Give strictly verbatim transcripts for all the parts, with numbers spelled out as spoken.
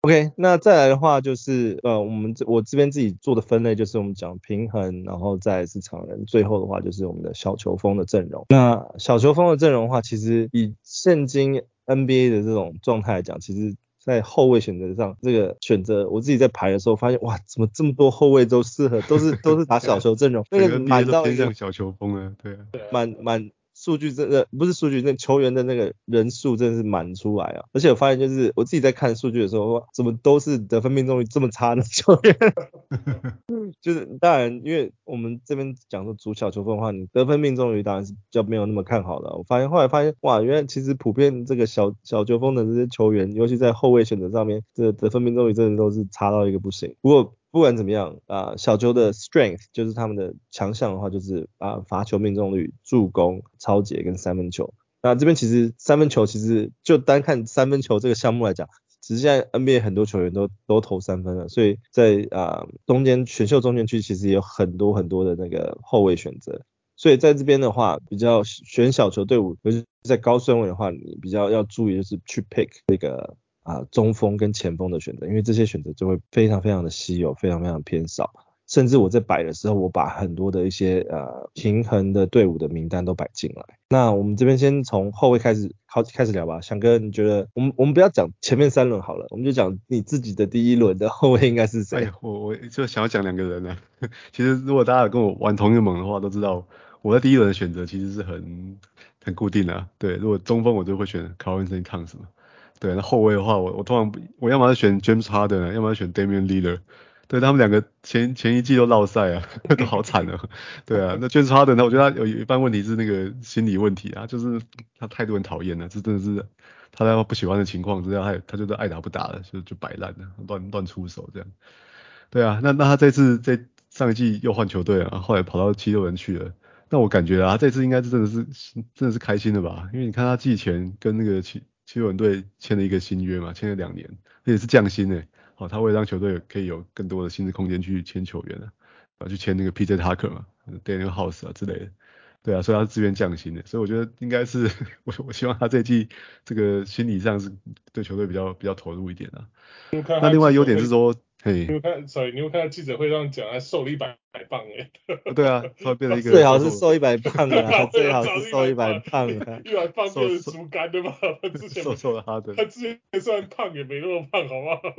OK，那再来的话就是呃，我们这我这边自己做的分类就是我们讲平衡，然后再来是常人，最后的话就是我们的小球风的阵容。那小球风的阵容的话，其实以现今 N B A 的这种状态来讲，其实在后卫选择上，这个选择我自己在排的时候发现，哇，怎么这么多后卫都适合，都是都是打小球阵容，那个整个 N B A 都满到一个偏向小球风了，对啊， 满满数据真的不是数据，那球员的那个人数真的是满出来啊！而且我发现就是我自己在看数据的时候，哇怎么都是得分命中率这么差的球员？就是当然，因为我们这边讲说主小球风的话，你得分命中率当然是比较没有那么看好的。我发现后来发现，哇，原来其实普遍这个小小球风的这些球员，尤其在后卫选择上面，这个得分命中率真的都是差到一个不行。不过不管怎么样啊、呃小球的 strength 就是他们的强项的话，就是啊、呃罚球命中率、助攻、超节跟三分球。那这边其实三分球其实就单看三分球这个项目来讲，其实现在 N B A 很多球员都都投三分了，所以在啊、呃中间选秀中间区其实也有很多很多的那个后卫选择。所以在这边的话，比较选小球队伍，尤其是在高顺位的话，你比较要注意就是去 pick 这个啊、中锋跟前锋的选择，因为这些选择就会非常非常的稀有，非常非常偏少。甚至我在摆的时候，我把很多的一些呃平衡的队伍的名单都摆进来。那我们这边先从后卫开始好开始聊吧。翔哥，你觉得我们我们不要讲前面三轮好了，我们就讲你自己的第一轮的后卫应该是谁？ 哎呀，我我就想要讲两个人呢。其实如果大家有跟我玩同一个盟的话，都知道我在第一轮的选择其实是很很固定的啊。对，如果中锋我就会选 Karl Anthony Towns 嘛。对，那后卫的话，我我通常不我要么是选 James Harden 啊，要么是选 Damian Lillard。对，他们两个前前一季都落赛啊，都好惨啊。对啊，那 James Harden 呢，我觉得他有一半问题是那个心理问题啊，就是他态度很讨厌啊，这真的是他在不喜欢的情况之下，他也他就是爱打不打的，就就摆烂了，乱乱出手这样。对啊，那那他这次在上一季又换球队了，后来跑到七六人去了。那我感觉啊，他这次应该是真的是真的是开心的吧？因为你看他季前跟那个七七六人队签了一个新约嘛，签了两年，而且是降薪诶。哦，他为了让球队可以有更多的薪资空间去签球员啊，啊，去签那个 P J Tucker 嘛，Daniel House 啊之类的。对啊，所以他是自愿降薪的，所以我觉得应该是我我希望他这一季这个心理上是对球队比较比较投入一点啊。 你有看他那另外优记者会， 点是说，嘿。 你有看，sorry，你有看他记者会上讲，他瘦了一百磅哎， 哦，对啊，突然变成一个最好瘦瘦是瘦一百胖对啊， 啊，我最好想找是瘦一百一百磅， 胖啊。 一百磅变成瘦瘦竹竿的嘛，他之前瘦没， 瘦的哈登。 他之前虽然胖也没那么胖，好不好？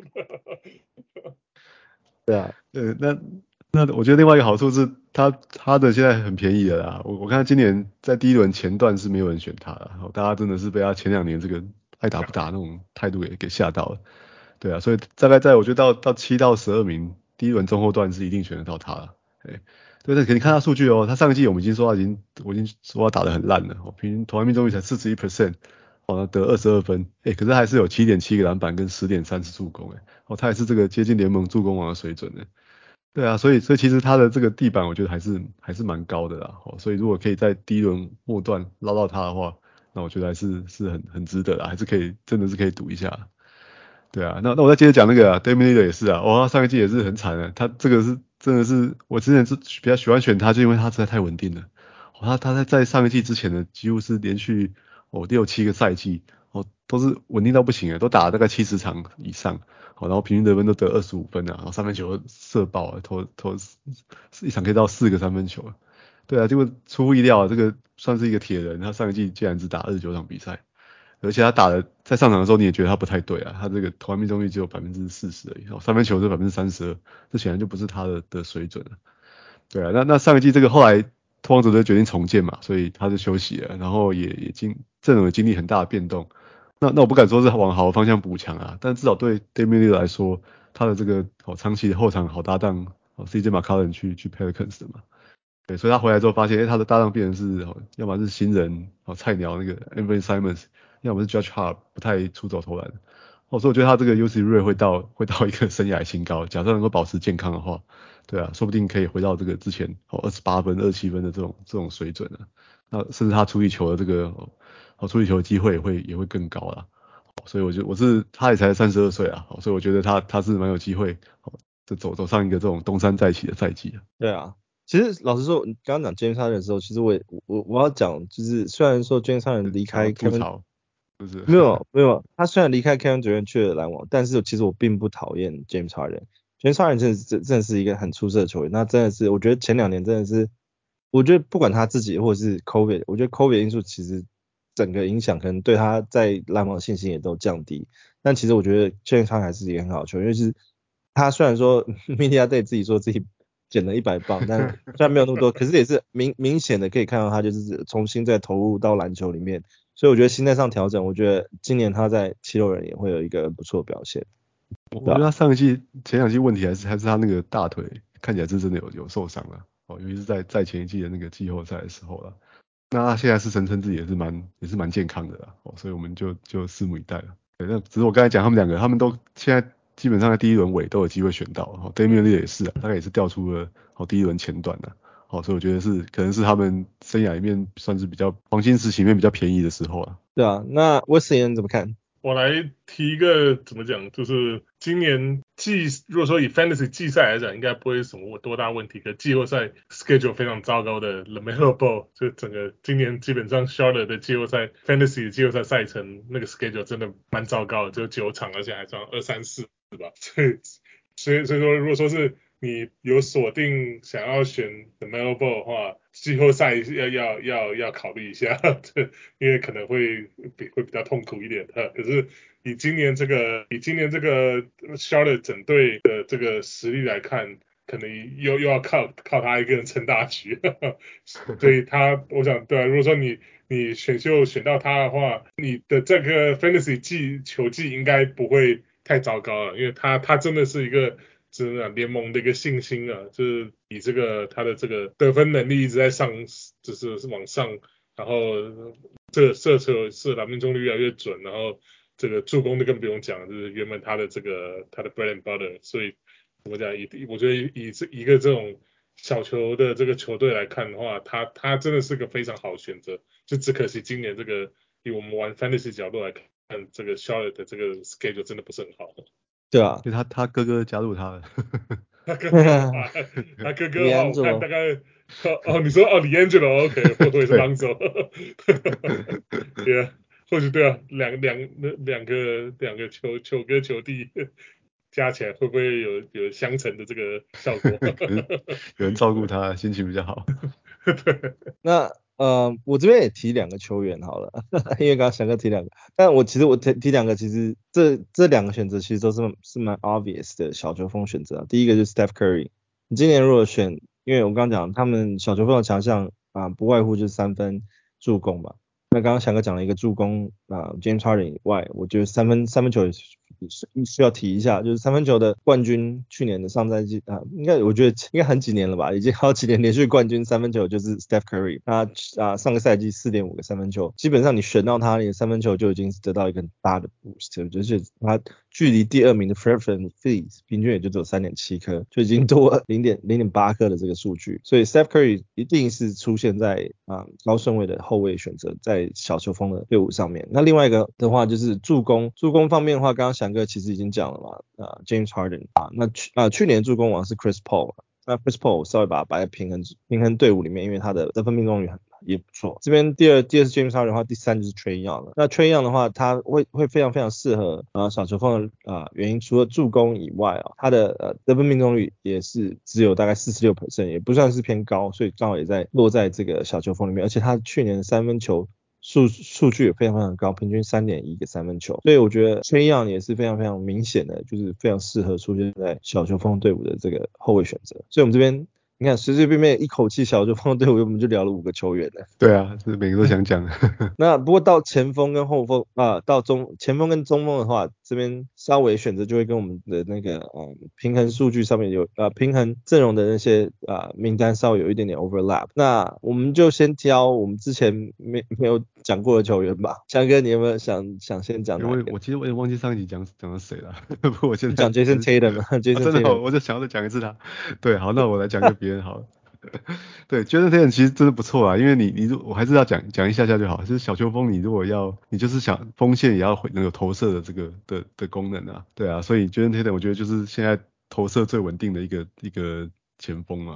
对啊， 呃，那那我觉得另外一个好处是他他的现在很便宜的啦。我我看他今年在第一轮前段是没有人选他的，然后大家真的是被他前两年这个爱打不打那种态度给给吓到了。对啊，所以大概在我觉得到到七到十二名，第一轮中后段是一定选得到他了。哎，对，但可你看他数据哦，他上一季我们已经说他已经我已经说他打得很烂了，哦，平均投篮命中率才四十一 percent，哦，得二十二分，哎，可是还是有七点七个篮板跟十点三次助攻，哎，哦，他也是这个接近联盟助攻王的水准的。对啊，所以所以其实他的这个地板我觉得还是还是蛮高的啦，哦，所以如果可以在第一轮末段捞到他的话，那我觉得还是是很很值得的，还是可以真的是可以赌一下。对啊，那那我再接着讲那个啊 d a m i l l 也是啊，哇，他上一季也是很惨的，他这个是真的是我之前是比较喜欢选他，就因为他实在太稳定了。哦，他他在在上一季之前的几乎是连续哦六七个赛季哦都是稳定到不行啊，都打了大概七十场以上，哦，然后平均得分都得二十五分啊，然后三分球射爆啊，投投一场可以到四个三分球啊。对啊，结果出乎意料啊，这个算是一个铁人，他上一季竟然只打二十九场比赛。而且他打的在上场的时候，你也觉得他不太对啊，他这个投篮命中率只有百分之四十而已，哦，三分球是百分之三十二，这显然就不是他的的水准了。对啊，那那上一季这个后来拓荒者队决定重建嘛，所以他就休息了，然后也也经阵容也经历很大的变动。那那我不敢说是往好的方向补强啊，但至少对 Damian Lillard 来说，他的这个哦长期的后场好搭档哦 C J McCollum 去去 Pelicans 的嘛。对，所以他回来之后发现，哎，他的搭档变成是，哦，要么是新人，哦，菜鸟那个 Anthony Simons，要么是 Judge Hart 不太出手投篮。哦，所以我觉得他这个 U C 瑞会到会到一个生涯新高，假设能够保持健康的话，对啊，说不定可以回到这个之前哦二十八分、二十七分的这种这种水准啊。那甚至他出力球的这个哦，哦出力球的机会也会也会更高啦。所以我觉得我是他也才三十二岁啊，所以我觉得他他是蛮有机会，哦，就走走上一个这种东山再起的赛季啊。 对啊。其实老实说，你刚刚讲 James Harden 的时候，其实我也我我要讲，就是虽然说 James Harden 离开想要吐 Kevin 槽。 是不是？ 没有没有，他虽然离开 Kevin Durant 去了篮网，但是其实我并不讨厌 James Harden。James Harden 真的是真的是一个很出色的球员，那真的是我觉得前两年真的是，我觉得不管他自己或者是 COVID，我觉得 COVID 因素其实整个影响可能对他在篮网的信心也都降低。但其实我觉得 James Harden 还是一个很好的球员，因为是他虽然说 Media Day 自己说自己减了一百磅，但虽然没有那么多，可是也是明明显的可以看到他就是重新再投入到篮球里面。所以我觉得心态上调整，我觉得今年他在七六人也会有一个不错的表现。 我觉得他上一季、前两季问题还是还是他那个大腿看起来是真的有有受伤了哦，尤其是在在前一季的那个季后赛的时候了。那他现在是声称自己也是蛮也是蛮健康的啦哦，所以我们就就拭目以待了。对，那只是我刚才讲他们两个，他们都现在基本上在第一轮尾都有机会选到，哦 Damian Lillard 也是啊，大概也是掉出了哦第一轮前段的。好，所以我觉得是可能是他们生涯里面算是比较黄金时期里面比较便宜的时候啊。 对啊，那威斯恩怎么看？ 我来提一个怎么讲，就是今年季如果说以 Fantasy 季赛来讲，应该不会是什么多大问题。可季后赛 schedule 非常糟糕的 LaMelo Ball，就整个今年基本上 Charlotte 的季后赛 Fantasy 的季后赛赛程那个 schedule 真的蛮糟糕的，只有九场，而且还算二三四吧。所以所以所以说，如果说是你有锁定想要选 LaMelo Ball 的话，季后赛要要要要考虑一下，因为可能会比会比较痛苦一点。可是以今年这个以今年这个 Charlotte 整队的这个实力来看，可能又又要靠靠他一个人撑大局，所以他我想对啊，如果说你你选秀选到他的话，你的这个 Fantasy 季球季应该不会太糟糕了，因为他他真的是一个。真的联盟的一个信心啊，就是以这个他的这个得分能力一直在上，就是是往上，然后这个射球是篮命中率越来越准，然后这个助攻就更不用讲，就是原本他的这个他的 bread and butter，所以怎么讲，以我觉得以这一个这种小球的这个球队来看的话，他他真的是个非常好的选择，就只可惜今年这个以我们玩 fantasy 角度来看，这个 Charlotte 的这个 schedule 真的不是很好。 对啊， 因为他他哥哥加入他了。 他哥哥啊，他哥哥的话，我看大概哦，你说哦，李 Angelo，OK，或者是 Lonzo，对啊，或许对啊，两两两个两个球球哥球弟加起来会不会有有相乘的这个效果？ 有人照顾他，心情比较好。 对， 那呃，我这边也提两个球员好了，因为刚刚翔哥提两个，但我其实我提提两个，其实这这两个选择其实都是是蛮 obvious 的小球风选择。第一个就是 Steph Curry，你今年如果选，因为我刚刚讲他们小球风的强项啊、不外乎就是三分助攻嘛。那刚刚翔哥讲了一个助攻啊、James Harden 以外，我觉得三分三分球也是需要提一下，就是三分球的冠军，去年的上赛季啊，应该我觉得应该很几年了吧，已经好几年连续冠军三分球就是 Steph Curry，他啊上个赛季四点五个三分球，基本上你选到他，你的三分球就已经得到一个很大的 boost，就是他距离第二名的 Fred VanVleet 平均也就只有三点七颗，就已经多了零点零点八颗的这个数据，所以 Steph Curry 一定是出现在啊高顺位的后卫选择，在小球风的队伍上面。那另外一个的话就是助攻，助攻方面的话，刚刚翔哥其实已经讲了嘛，啊 James Harden 啊，那去啊去年助攻王是 Chris Paul 嘛，那 Chris Paul 稍微把它摆在平衡平衡队伍里面，因为他的得分命中率很也不错。这边第二第二是 James Harden 的话，第三就是 Trae Young 了。那 Trae Young 的话，他会会非常非常适合啊小球风的啊原因，除了助攻以外啊，他的呃得分命中率也是只有大概 百分之四十六， 也不算是偏高，所以刚好也在落在这个小球风里面，而且他去年的三分球数数据也非常非常高，平均 三点一 个三分球，所以我觉得 Trae Young 也是非常非常明显的，就是非常适合出现在小球风队伍的这个后卫选择。所以我们这边你看随随便便一口气小球风队伍，我们就聊了五个球员了。 对啊，是每个都想讲。 那不过到前锋跟后锋啊，到中前锋跟中锋的话，这边稍微选择就会跟我们的那个嗯平衡数据上面有呃平衡阵容的那些啊名单稍微有一点点 overlap。那我们就先挑我们之前没没有讲过的球员吧。翔哥，你有没有想想先讲因为哪一个？ 我其实我也忘记上一集讲讲了谁了，不过我现在讲 Jason 只是 Tatum 吗啊 ？Jason 真的好， Tatum。 我就想要再讲一次他。对，好，那我来讲一个别人好了。对，Jason Tatum 其实真的不错啊，因为你你我还是要讲讲一下下就好。就是小球风，你如果要你就是想锋线也要会能有投射的这个的的功能啊，对啊，所以 Jason Tatum 我觉得就是现在投射最稳定的一个一个前锋啊。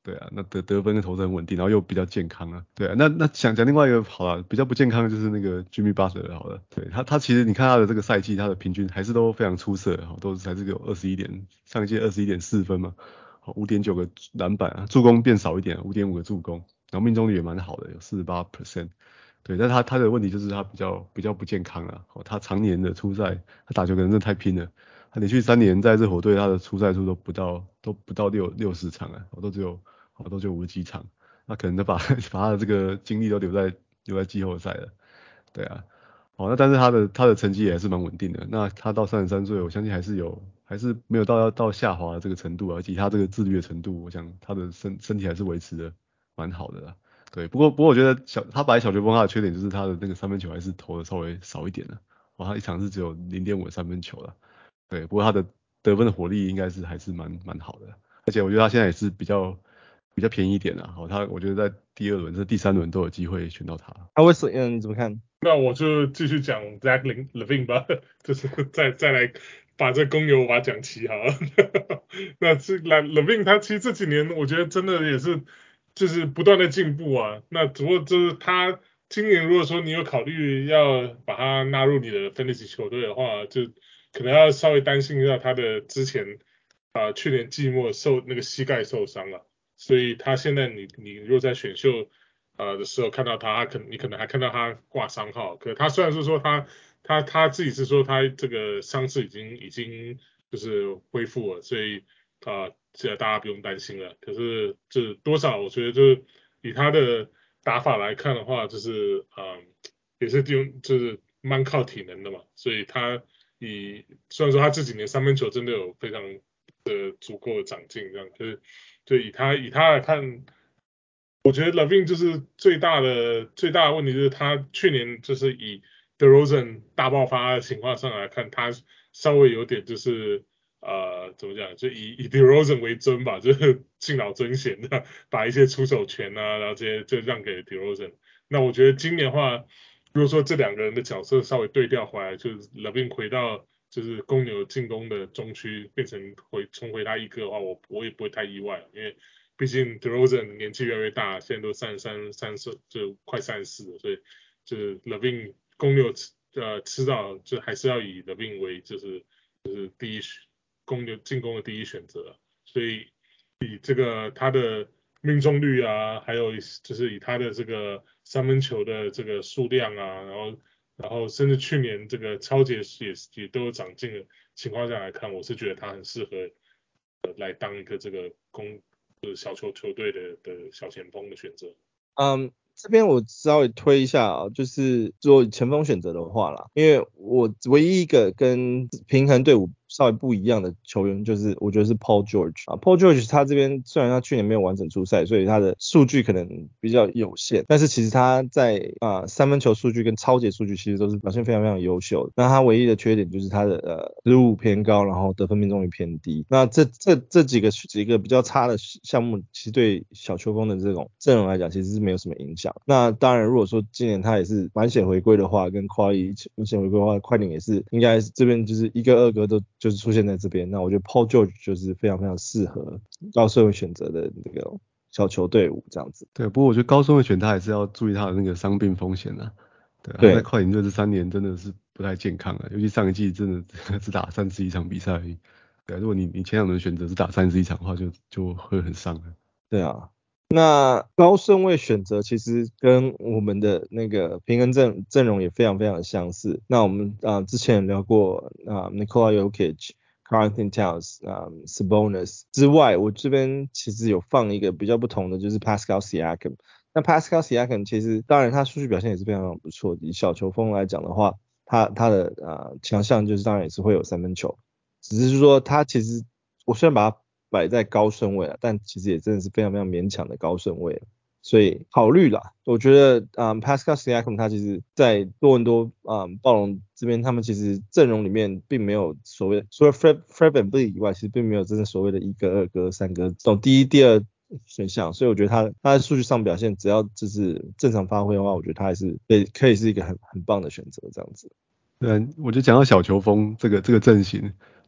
对啊，那得得分跟投射很稳定，然后又比较健康啊。对啊，那那想讲另外一个好了，比较不健康的就是那个 Jimmy Butler 好了。对他他其实你看他的这个赛季，他的平均还是都非常出色，都是还是有二十一点，上一届二十一点四分嘛，好五点九个篮板啊，助攻变少一点，五点五个助攻，然后命中率也蛮好的，有四十八 percent。对，但他他的问题就是他比较比较不健康啊，哦，他常年的出赛，他打球可能真的太拼了。他连续三年在热火队，他的出赛数都不到都不到六六十场啊，我都只有我都只有五十几场，那可能都把把他的这个精力都留在留在季后赛了，对啊，好，那但是他的他的成绩也还是蛮稳定的，那他到三十三岁，我相信还是有还是没有到要到下滑的这个程度啊，而且他这个自律的程度，我想他的身身体还是维持的蛮好的啦。对，不过不过我觉得小他本来小球风他的缺点就是他的那个三分球还是投的稍微少一点的，哦，他一场是只有零点五三分球了。对，不过他的得分的火力应该是还是蛮蛮好的，而且我觉得他现在也是比较比较便宜一点啦。好，他我觉得在第二轮、这第三轮都有机会选到他。 他会是嗯，你怎么看？ 那我就继续讲 Zach Levine 吧，就是再再来把这公牛把它讲齐好了。那这 Levine 他其实这几年我觉得真的也是就是不断的进步啊。那只不过就是他今年如果说你有考虑要把他纳入你的 Fantasy 球队的话，就可能要稍微担心一下他的之前啊、呃、去年季末受那个膝盖受伤了，所以他现在你你如果在选秀呃的时候看到他，他可能你可能还看到他挂伤号，可他虽然是说他他他自己是说他这个伤势已经已经就是恢复了，所以啊、呃，现在大家不用担心了。可是这多少我觉得就是以他的打法来看的话，就是嗯、呃、也是用就是蛮靠体能的嘛，所以他以虽然说他这几年三分球真的有非常的足够的长进，这样可是就以他以他来看。我觉得 Levine 就是最大的最大的问题就是他去年就是以 DeRozan 大爆发的情况上来看，他稍微有点就是呃怎么讲，就以以 DeRozan 为尊吧，就是敬老尊贤的把一些出手权啊，然后这些就让给 DeRozan。那我觉得今年的话，如果说这两个人的角色稍微对调回来，就是 Levine 回到就是公牛进攻的中区，变成回重回他一个的话，我我也不会太意外，因为。毕竟 DeRozan 年纪越来越大，现在都三十三、三十，就快三十四了，所以就是 Levine 公牛呃迟早就还是要以 Levine 为就是就是第一公牛进攻的第一选择，所以以这个他的命中率啊，还有就是以他的这个三分球的这个数量啊，然后然后甚至去年这个超节也也都有长进的情况下来看，我是觉得他很适合呃来当一个这个公。就是小球球队的的小前锋的选择。 嗯，这边我稍微推一下啊，就是做前锋选择的话啦，因为我唯一一个跟平衡队伍稍微不一样的球员，就是我觉得是 Paul George 啊。Paul George 他这边虽然他去年没有完整出赛，所以他的数据可能比较有限，但是其实他在啊三分球数据跟超节数据其实都是表现非常非常优秀的。那他唯一的缺点就是他的呃失误偏高，然后得分命中率偏低。那这这这几个几个比较差的项目，其实对小球风的这种阵容来讲，其实是没有什么影响。那当然，如果说今年他也是满血回归的话，跟快一满血回归的话，快点也是应该这边就是一个二个都就是出现在这边。那我觉得 Paul George 就是非常非常适合高顺位选择的那个小球队伍这样子。 对，不过我觉得高顺位选他还是要注意他的那个伤病风险啊。对，他在快艇队这三年真的是不太健康啊，尤其上一季真的只打三十一场比赛而已。对，如果你你前两轮选择是打三十一场的话，就就会很伤啊。 对啊。那高顺位选择其实跟我们的那个平衡阵阵容也非常非常的相似。那我们啊、呃、之前聊过啊、呃、Nikola Jokic、Karl Anthony Towns 啊、呃、Sabonis 之外，我这边其实有放一个比较不同的，就是 Pascal Siakam。那 Pascal Siakam 其实当然他数据表现也是非常非常不错的，以小球风来讲的话，他他的啊、呃、强项就是当然也是会有三分球，只是说他其实我虽然把他摆在高顺位了，但其实也真的是非常非常勉强的高顺位了，所以考虑啦，我觉得啊、嗯、Pascal Siakam 他其实在多伦多啊、嗯、暴龙这边，他们其实阵容里面并没有所谓除了 Fred Fred VanVleet 以外，其实并没有真正所谓的一哥、二哥、三哥这种第一、第二选项，所以我觉得他他在数据上表现，只要就是正常发挥的话，我觉得他还是可以可以是一个很很棒的选择这样子。 对啊，我就讲到小球风这个这个阵型，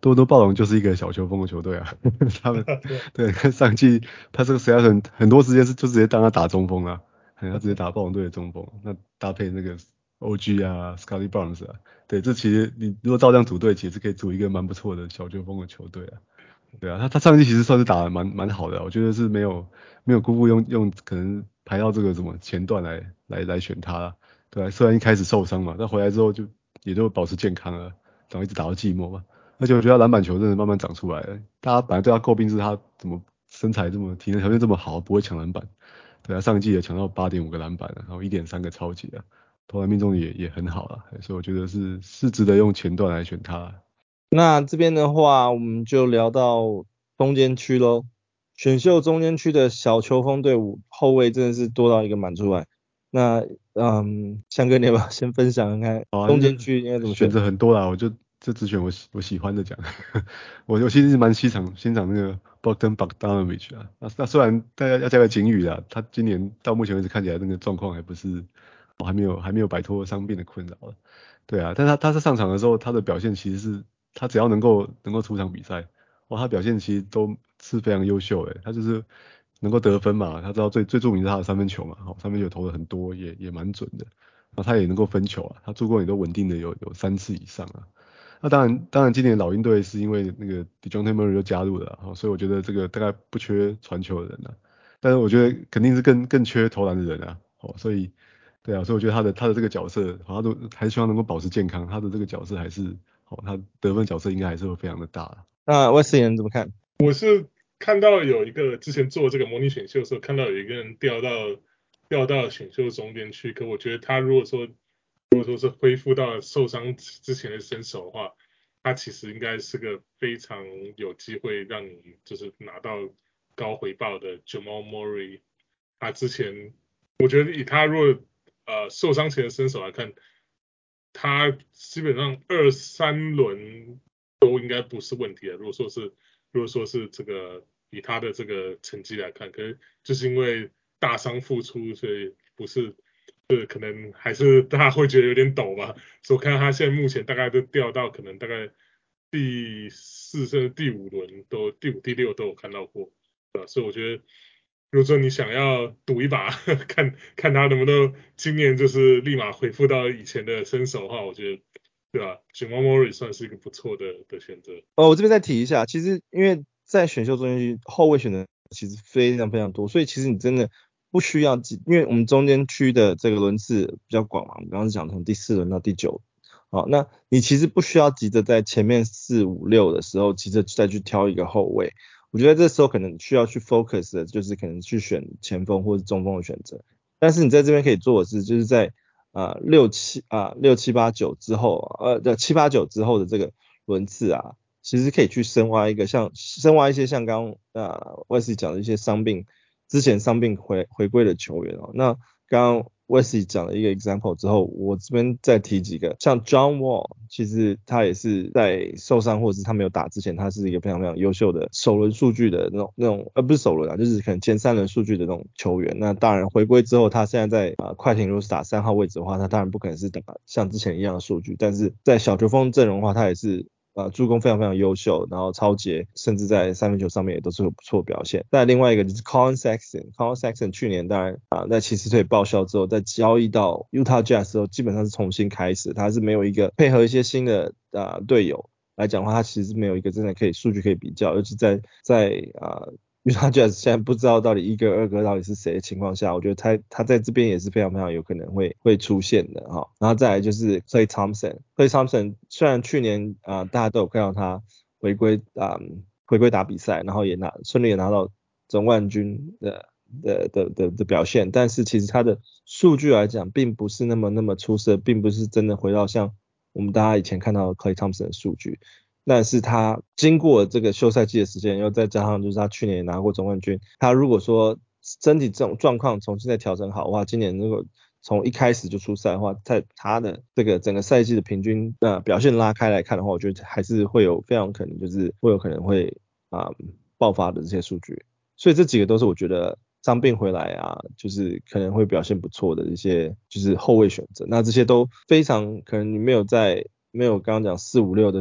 多伦多暴龙就是一个小球风的球队啊，他们对上季他这个 Seattle 很多时间是就直接当他打中锋啊，他直接打暴龙队的中锋，那搭配那个 O G 啊 Scotty Barnes 啊，对，这其实你如果照这样组队，其实可以组一个蛮不错的小球风的球队啊。对啊，他他上季其实算是打得蛮蛮好的，我觉得是没有没有辜负用用可能排到这个什么前段来来来选他啦。对啊，虽然一开始受伤嘛，但回来之后就也都保持健康了，然后一直打到季末嘛。而且我觉得他篮板球真的慢慢长出来了，大家本来对他诟病是他怎么身材这么体能条件这么好，不会抢篮板。对啊，上一季也抢到八点五个篮板了，然后一点三个超级啊，投篮命中率也也很好了，所以我觉得是是值得用前段来选他啦。 那这边的话，我们就聊到中间区咯。选秀中间区的小球风队伍后卫真的是多到一个满出来。那嗯，翔哥你要不要先分享看好啊， 中间区应该怎么选选？ 择很多啦，我就就只选我喜我喜欢的讲。我我其实是蛮欣赏欣赏那个 Bogdan Bogdanovic 啊，那那虽然大家要加个警语啊，他今年到目前为止看起来那个状况还不是，我还没有还没有摆脱伤病的困扰了。对啊，但他他在上场的时候，他的表现其实是他只要能够能够出场比赛，哇，他表现其实都是非常优秀诶，他就是能够得分嘛，他知道最最著名是他的三分球嘛，好，三分球投的很多，也也蛮准的。然后他也能够分球啊，他助攻也都稳定的有有三次以上啊。那当然，当然今年老鹰队是因为那个 DeJounte Murray 又加入了啊，所以我觉得这个大概不缺传球的人啊，但是我觉得肯定是更更缺投篮的人啊，哦，所以对啊，所以我觉得他的他的这个角色，好，他都还是希望能够保持健康，他的这个角色还是，好，他得分角色应该还是会非常的大啊。 那外四人怎么看？ 我是看到有一个之前做这个模拟选秀的时候，看到有一个人掉到掉到选秀中间去，可我觉得他如果说如果说是恢复到受伤之前的身手的话，他其实应该是个非常有机会让你就是拿到高回报的 Jamal Murray。他之前我觉得以他如果呃受伤前的身手来看，他基本上二三轮都应该不是问题的。如果说是如果说是这个以他的这个成绩来看，可能就是因为大伤复出，所以不是，就是可能还是大家会觉得有点抖嘛。所以我看到他现在目前大概都掉到可能大概第四甚至第五轮都第五第六都有看到过，对吧？所以我觉得。如果说你想要赌一把，看看他能不能今年就是立马恢复到以前的身手的话，我觉得，对吧 ？Jamal Murray 算是一个不错的的选择。 哦，我这边再提一下，其实因为在选秀中间区后卫选的其实非常非常多，所以其实你真的不需要急，因为我们中间区的这个轮次比较广嘛，我们刚刚是讲从第四轮到第九，好，那你其实不需要急着在前面四五六的时候急着再去挑一个后卫。我觉得这时候可能需要去 focus 的就是可能去选前锋或者中锋的选择，但是你在这边可以做的是，就是在啊六七啊六七八九之后，呃的七八九之后的这个轮次啊，其实可以去深挖一个像深挖一些像刚刚啊 Wesley 讲的一些伤病之前伤病回回归的球员哦，那刚刚 Wesley 讲了一个 example 之后，我这边再提几个，像 John Wall， 其实他也是在受伤或者是他没有打之前，他是一个非常非常优秀的首轮数据的那种那种，呃不是首轮啊，就是可能前三轮数据的那种球员。那当然回归之后，他现在在啊、呃、快艇如果是打三号位置的话，他当然不可能是打像之前一样的数据，但是在小球风阵容的话，他也是。呃，助攻非常非常优秀，然后超节，甚至在三分球上面也都是有不错的表现。但另外一个就是 Collin Sexton，Collin Sexton 去年当然啊、呃、在骑士队报销之后，在交易到 Utah Jazz 之后，基本上是重新开始，他是没有一个配合一些新的啊、呃、队友来讲的话，他其实没有一个真的可以数据可以比较，尤其在在啊。呃Utah Jazz 现在不知道到底一哥二哥到底是谁的情况下，我觉得他他在这边也是非常非常有可能会会出现的哈。然后再来就是 Klay Thompson，Klay Thompson 虽然去年啊、呃、大家都有看到他回归啊、呃、回归打比赛，然后也拿顺利的拿到总冠军的的的的的表现，但是其实他的数据来讲并不是那么那么出色，并不是真的回到像我们大家以前看到的 Klay Thompson 的数据。但是他经过这个休赛季的时间，又再加上就是他去年也拿过总冠军，他如果说身体这种状况重新再调整好的话，今年如果从一开始就出赛的话，在他的这个整个赛季的平均呃表现拉开来看的话，我觉得还是会有非常可能就是会有可能会啊、呃、爆发的这些数据，所以这几个都是我觉得伤病回来啊，就是可能会表现不错的一些就是后卫选择，那这些都非常可能你没有在没有刚刚讲四五六的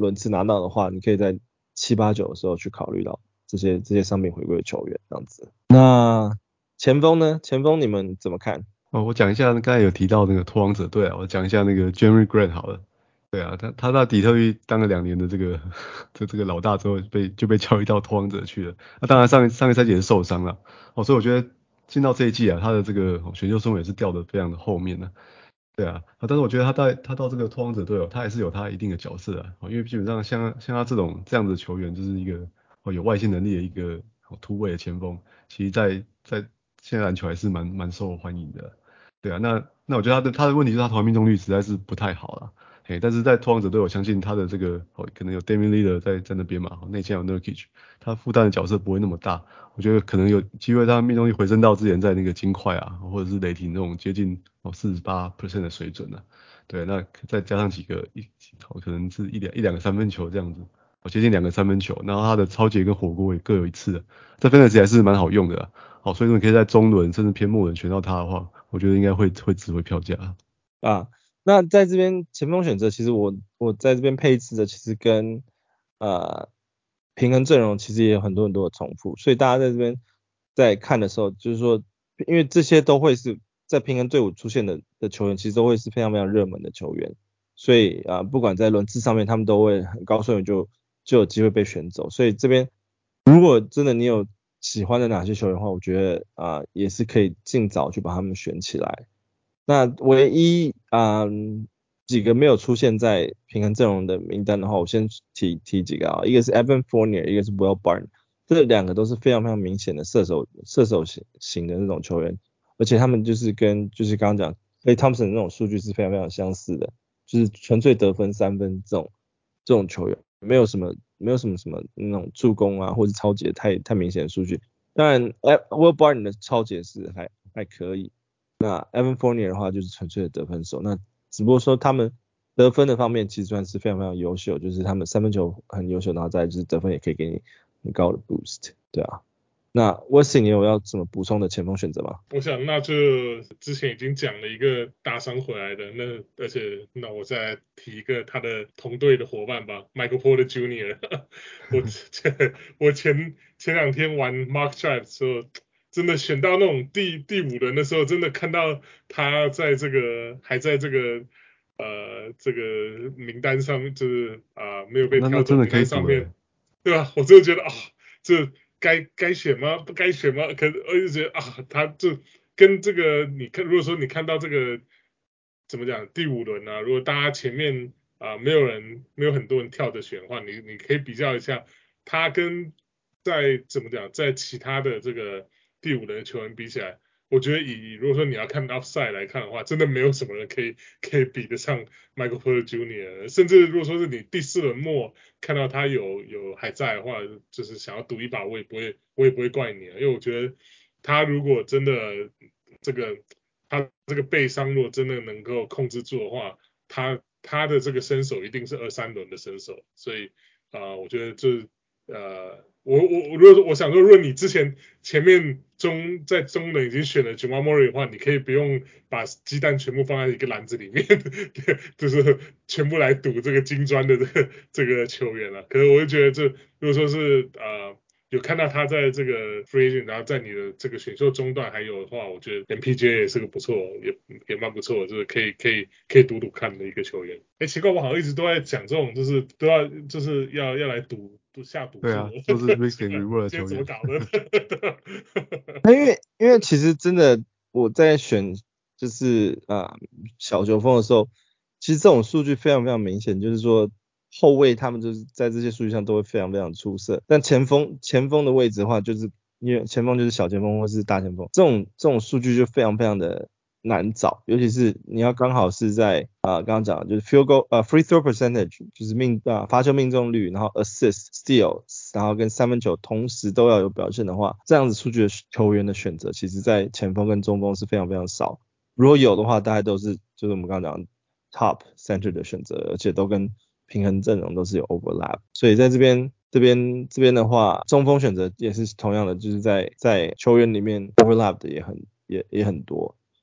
轮次拿到的话，你可以在七八九的时候去考虑到这些这些伤病回归的球员这样子。那前锋呢？前锋你们怎么看？ 哦，我讲一下刚才有提到那个拓荒者队啊，我讲一下那个 Jeremy Grant 好了。对啊，他他在底特律当了两年的这个这这个老大之后被就被交易到拓荒者去了。那、啊、当然上上个赛季也是受伤了，哦，所以我觉得进到这一季啊，他的这个、哦、选秀顺位也是掉的非常的后面呢、啊。对啊，啊，但是我觉得他在他到这个拓荒者队哦，他还是有他一定的角色啊，哦，因为基本上像像他这种这样子的球员，就是一个哦有外线能力的一个哦突围的前锋，其实在在现在篮球还是蛮蛮受欢迎的。对啊，那那我觉得他的他的问题是他投篮命中率实在是不太好啦。嘿，但是在拓荒者队，我相信他的这个哦，可能有 Damian Lillard 在在那边嘛，内线有 Nurkic，他负担的角色不会那么大，我觉得可能有机会他命中率回升到之前在那个金块啊，或者是雷霆那种接近哦四十八 percent 的水准啊。对，那再加上几个一可能是一两一两个三分球这样子，哦接近两个三分球，然后他的超节跟火锅也各有一次的，这 fantasy 还是蛮好用的啦。好，所以说你可以在中轮甚至偏末轮选到他的话，我觉得应该会会值回票价啊。那在这边前锋选择，其实我我在这边配置的其实跟呃平衡阵容其实也有很多很多的重复，所以大家在这边在看的时候，就是说，因为这些都会是在平衡队伍出现的的球员，其实都会是非常非常热门的球员，所以啊、呃，不管在轮次上面，他们都会很高顺位就就有机会被选走，所以这边如果真的你有喜欢的哪些球员的话，我觉得啊、呃、也是可以尽早去把他们选起来。那唯一嗯几个没有出现在平衡阵容的名单的话，我先提提几个啊，一个是 Evan Fournier， 一个是 Will Barton， 这两个都是非常非常明显的射手射手型型的那种球员，而且他们就是跟就是刚刚讲 Klay Thompson 那种数据是非常非常相似的，就是纯粹得分三分这种这种球员，没有什么没有什么什么那种助攻啊或者超节太太明显的数据。当然 Will Barton 的超节是还还可以。那 Evan Fournier 的话就是纯粹的得分手，那只不过说他们得分的方面其实算是非常非常优秀，就是他们三分球很优秀，然后再就是得分也可以给你很高的 boost， 对啊。那 Wesley 你有要什么补充的前锋选择吗？ 我想那就之前已经讲了一个大伤回来的，那而且那我再提一个他的同队的伙伴吧 ，Michael Porter Junior 我我前前两天玩 Mock Draft 的时候，真的选到那种第第五轮的时候，真的看到他在这个还在这个呃这个名单上面，就是啊、呃、没有被那那真的挑走名可以赌诶、 单上面，对吧？我真的觉得啊、哦，这该该选吗？不该选吗？可我就觉得啊，他这跟这个你看，如果说你看到这个怎么讲第五轮啊，如果大家前面啊、没有人没有很多人跳着选的话，你你可以比较一下他跟在怎么讲在其他的这个第五轮的球员比起来。我觉得以如果说你要看 upside 来看的话，真的没有什么人可以可以比得上 Michael Porter Junior 甚至如果说是你第四轮末看到他有有还在的话，就是想要赌一把，我也不会我也不会怪你了，因为我觉得他如果真的这个他这个背伤如果真的能够控制住的话，他他的这个身手一定是二三轮的身手，所以啊、呃，我觉得这呃，我我我如果我想说，如果你之前前面中在中轮已经选了 Jamal Murray 的话，你可以不用把鸡蛋全部放在一个篮子里面，就是全部来赌这个金砖的这个这个球员了。可是我就觉得这如果说是呃有看到他在这个 free agent， 然后在你的这个选秀中段还有的话，我觉得 M P J 也是个不错，也也蛮不错，就是可以可以可以赌赌看的一个球员。哎，奇怪，我好像一直都在讲这种，就是都要就是要要来赌赌下赌注， 对啊，都是 risk and reward 的今天球员。 怎么搞的？ 因为因为其实真的我在选就是啊、呃、小球锋的时候，其实这种数据非常非常明显，就是说后卫他们就是在这些数据上都会非常非常出色，但前锋前锋的位置的话，就是因为前锋就是小前锋或是大前锋，这种这种数据就非常非常的难找，尤其是你要刚好是在啊、呃、刚刚讲的就是 field goal 呃 free throw percentage 就是命啊、呃、罚球命中率，然后 assist steal， 然后跟三分球同时都要有表现的话，这样子数据的球员的选择，其实在前锋跟中锋是非常非常少。如果有的话，大概都是就是我们刚刚讲的 top center 的选择，而且都跟平衡阵容都是有 overlap， 所以在这边这边这边的话，中锋选择也是同样的，就是在在球员里面 overlap 的也很也也很多。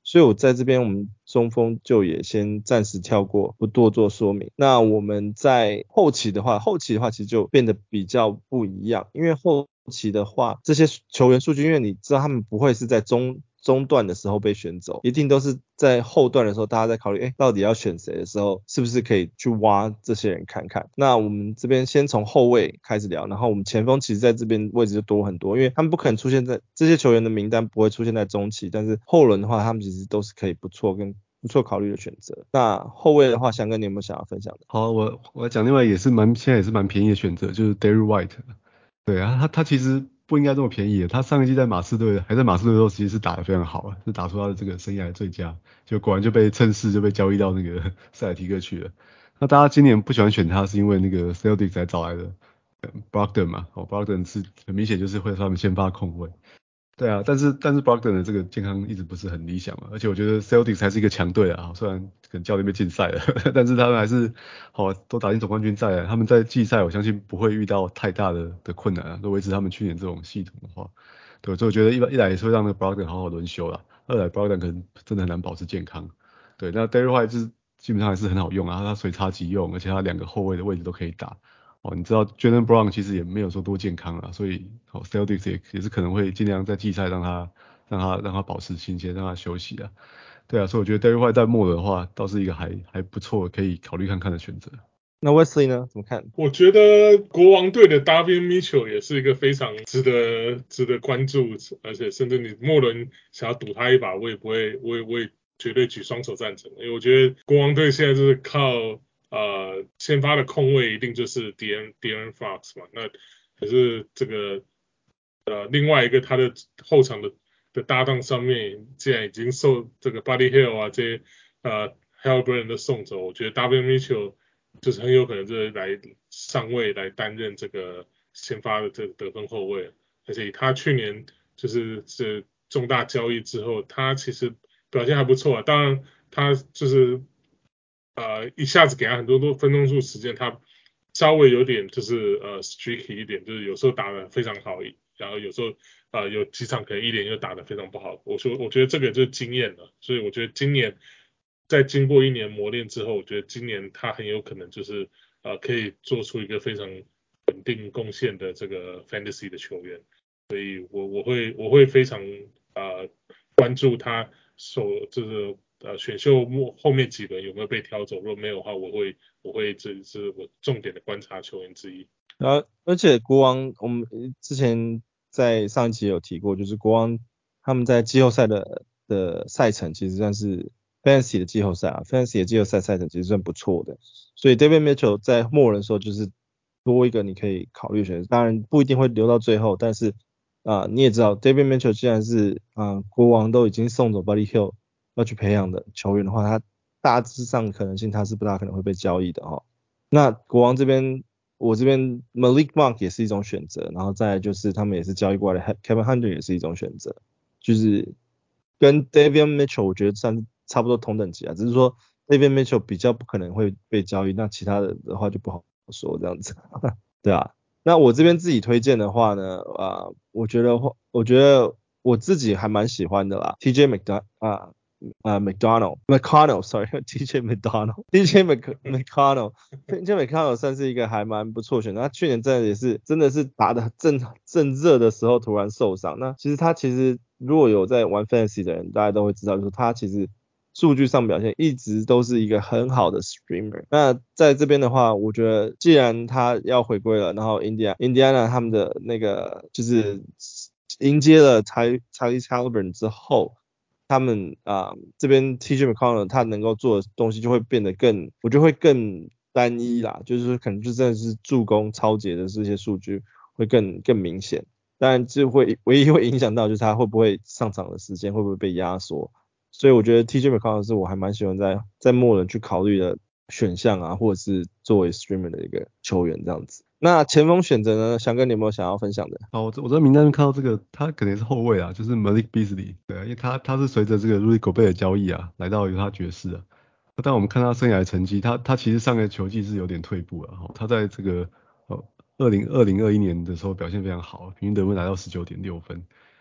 所以我在这边我们中锋就也先暂时跳过，不多做说明。那我们在后期的话，后期的话其实就变得比较不一样，因为后期的话，这些球员数据，因为你知道他们不会是在中中段的时候被选走，一定都是在后段的时候，大家在考虑，哎，到底要选谁的时候，是不是可以去挖这些人看看？那我们这边先从后卫开始聊，然后我们前锋其实在这边位置就多很多，因为他们不可能出现在这些球员的名单不会出现在中期，但是后轮的话，他们其实都是可以不错跟不错考虑的选择。那后卫的话，翔哥你有没有想要分享的？ 好，我我讲另外也是蛮现在也是蛮便宜的选择，就是 Derrick White。对啊，他他其实不应该这么便宜的。他上一季在马刺队还在马刺队的时候，其实是打得非常好啊，是打出他的这个生涯最佳。就果然就被趁势就被交易到那个塞尔提克去了。那大家今年不喜欢选他，是因为那个 Celtics 才找来的 Brogdon 嘛。哦，Brogdon 是很明显就是会是他们先发控卫。对啊，但是但是 Brogdon 的这个健康一直不是很理想嘛，而且我觉得 Celtics 还是一个强队啊，虽然可能教练被禁赛了，但是他们还是好都打进总冠军赛了，他们在季赛我相信不会遇到太大的的困难啊，都维持他们去年这种系统的话，对，所以我觉得一一来也是会让那个 Brogdon 好好轮休啦，二来 Brogdon 可能真的很难保持健康，对，那 Derrick White 是基本上还是很好用啊，他随插即用，而且他两个后卫的位置都可以打。哦，你知道 Jaylen Brown 其实也没有说多健康啊，所以哦 Celtics 也也是可能会尽量在季赛让他让他让他保持新鲜，让他休息啊。对啊，所以我觉得 Derrick White 在末轮的话，倒是一个还还不错可以考虑看看的选择。 那 Wesley 呢？怎么看？ 我觉得国王队的 Davion Mitchell 也是一个非常值得值得关注，而且甚至你末轮想要赌他一把，我也不会，我也我也绝对举双手赞成，因为我觉得国王队现在就是靠呃先发的控卫一定就是 De'Aaron De'Aaron Fox 嘛，那可是这个呃另外一个他的后场的的搭档上面，既然已经受这个 Buddy Hield 啊这些呃 Haliburton 的送走，我觉得 Davion Mitchell 就是很有可能就是来上位来担任这个先发的这个得分后卫，而且他去年就是是重大交易之后，他其实表现还不错啊。当然，他就是呃一下子给他很多多分钟数时间，他稍微有点就是呃 streaky 一点，就是有时候打得非常好，然后有时候呃有几场可能一连又打得非常不好。我说我觉得这个就是经验了，所以我觉得今年在经过一年磨练之后，我觉得今年他很有可能就是呃可以做出一个非常稳定贡献的这个 fantasy 的球员。所以我我会我会非常呃关注他手就是呃选秀末后面几轮有没有被挑走，如果没有的话，我会我会这是我重点的观察球员之一。 然后，而且国王，我们之前在上一集有提过，就是国王他们在季后赛的的赛程其实算是 Fantasy 的季后赛啊，Fantasy 的季后赛赛程其实算不错的，所以 David Mitchell 在末轮的时候就是多一个你可以考虑选择，当然不一定会留到最后，但是啊、呃你也知道 David Mitchell 既然是啊、呃国王都已经送走 Buddy Hield 要去培养的球员的话，他大致上可能性他是不大可能会被交易的哈、哦。那国王这边，我这边 Malik Monk 也是一种选择，然后再来就是他们也是交易过来的 Kevin Hunter 也是一种选择，就是跟 Davion Mitchell 我觉得算是差不多同等级啊，只是说 Davion Mitchell 比较不可能会被交易，那其他的的话就不好说这样子，对啊。那我这边自己推荐的话呢，啊、呃，我觉得我觉得我自己还蛮喜欢的啦，T J McDon 啊。呃 McDonald McConnell sorry T J McDonald T J McConnell T J McConnell 算是一个还蛮不错选择，他去年真的也是真的是打的正正热的时候突然受伤，那其实他其实如果有在玩 Fantasy 的人，大家都会知道，就是他其实数据上表现一直都是一个很好的 streamer。那在这边的话，我觉得既然他要回归了，然后 Indiana Indiana 他们的那个就是迎接了 Ty Tyrese Haliburton 之后。他们啊、呃、这边 T J McConnell 他能够做的东西就会变得更，我觉得会更单一啦，就是可能就真的是助攻、超节的这些数据会更更明显。当然，这会唯一会影响到就是他会不会上场的时间会不会被压缩。所以我觉得 T J McConnell 是我还蛮喜欢在在末轮去考虑的选项啊，或者是作为 streamer 的一个球员这样子。那前锋选择呢，翔哥你有没有想要分享的？ 好，我我在名单上看到这个，他可能是后卫啊，就是 Malik Beasley，对啊，因为他他是随着这个 Rudy Gobert 的交易啊，来到犹他爵士啊。但我们看他生涯的成绩，他他其实上个球季是有点退步了，哈，他在这个呃二零二零二一年的时候表现非常好，平均得分来到十九点六分，